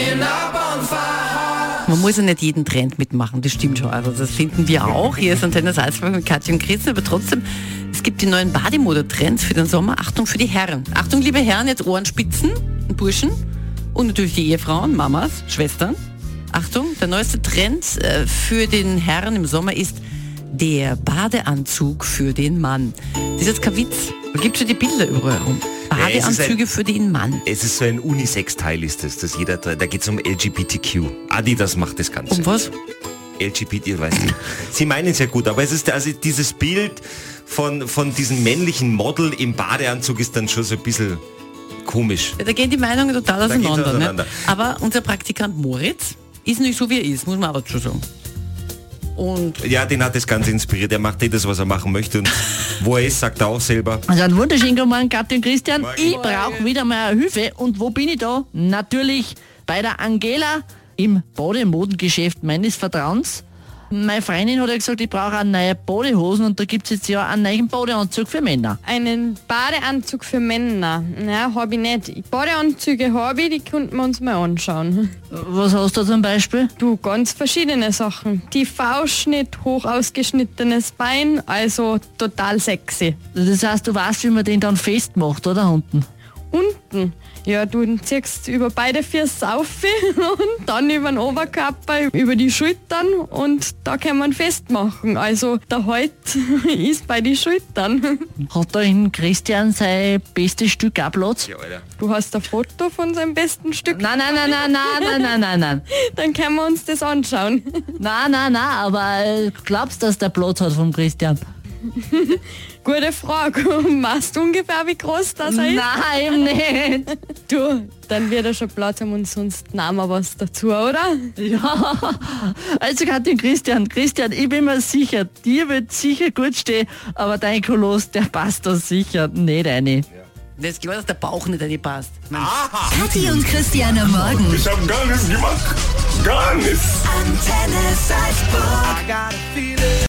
Man muss ja nicht jeden Trend mitmachen, das stimmt schon. Also das finden wir auch. Hier ist Antenne Salzburg mit Katja und Christian. Aber trotzdem, es gibt die neuen Bademodetrends für den Sommer. Achtung für die Herren. Achtung, liebe Herren, jetzt Ohrenspitzen und Burschen. Und natürlich die Ehefrauen, Mamas, Schwestern. Achtung, der neueste Trend für den Herren im Sommer ist der Badeanzug für den Mann. Das ist jetzt kein Witz. Da gibt es schon die Bilder überall rum. Badeanzüge für den Mann. Es ist so ein Unisex-Teil ist das, dass jeder, da geht es um LGBTQ. Adidas macht das Ganze. Um was? LGBT, weißt du. Sie meinen es ja gut, aber es ist also dieses Bild von diesem männlichen Model im Badeanzug ist dann schon so ein bisschen komisch. Da gehen die Meinungen total auseinander. auseinander. Ne? Aber unser Praktikant Moritz ist nicht so, wie er ist, muss man aber schon sagen. Und ja, den hat das Ganze inspiriert. Er macht das, was er machen möchte. Und wo er ist, sagt er auch selber. Also einen wunderschönen guten Morgen, Katja und Christian. Morgen. Ich brauche wieder mal Hilfe. Und wo bin ich da? Natürlich bei der Angela im Bademodengeschäft meines Vertrauens. Meine Freundin hat ja gesagt, ich brauche eine neue Badehosen und da gibt es jetzt ja einen neuen Badeanzug für Männer. Einen Badeanzug für Männer? Nein, habe ich nicht. Badeanzüge habe ich, die könnten wir uns mal anschauen. Was hast du zum Beispiel? Du, ganz verschiedene Sachen. Die V-Schnitt, hoch ausgeschnittenes Bein, also total sexy. Das heißt, du weißt, wie man den dann festmacht, oder unten? Unten, ja, du ziehst über beide Füße auf und dann über den Oberkörper, über die Schultern und da kann man festmachen. Also der Halt ist bei den Schultern. Hat da in Christian sein bestes Stück auch Platz? Ja, Alter. Du hast ein Foto von seinem besten Stück? Nein. Dann können wir uns das anschauen. Nein, aber glaubst du, dass der Platz hat vom Christian? Gute Frage. Weißt du ungefähr, wie groß das ist? Nein, eben nicht. Du, dann wird er schon Platz haben und sonst nehmen wir was dazu, oder? Ja, also Katja und Christian, ich bin mir sicher, dir wird sicher gut stehen, aber dein Koloss, der passt da sicher nicht rein. das ist klar, dass der Bauch nicht an die passt. Kathi und Christian am Morgen. Ich hab gar nichts gemacht. Gar nichts. Antenne Salzburg.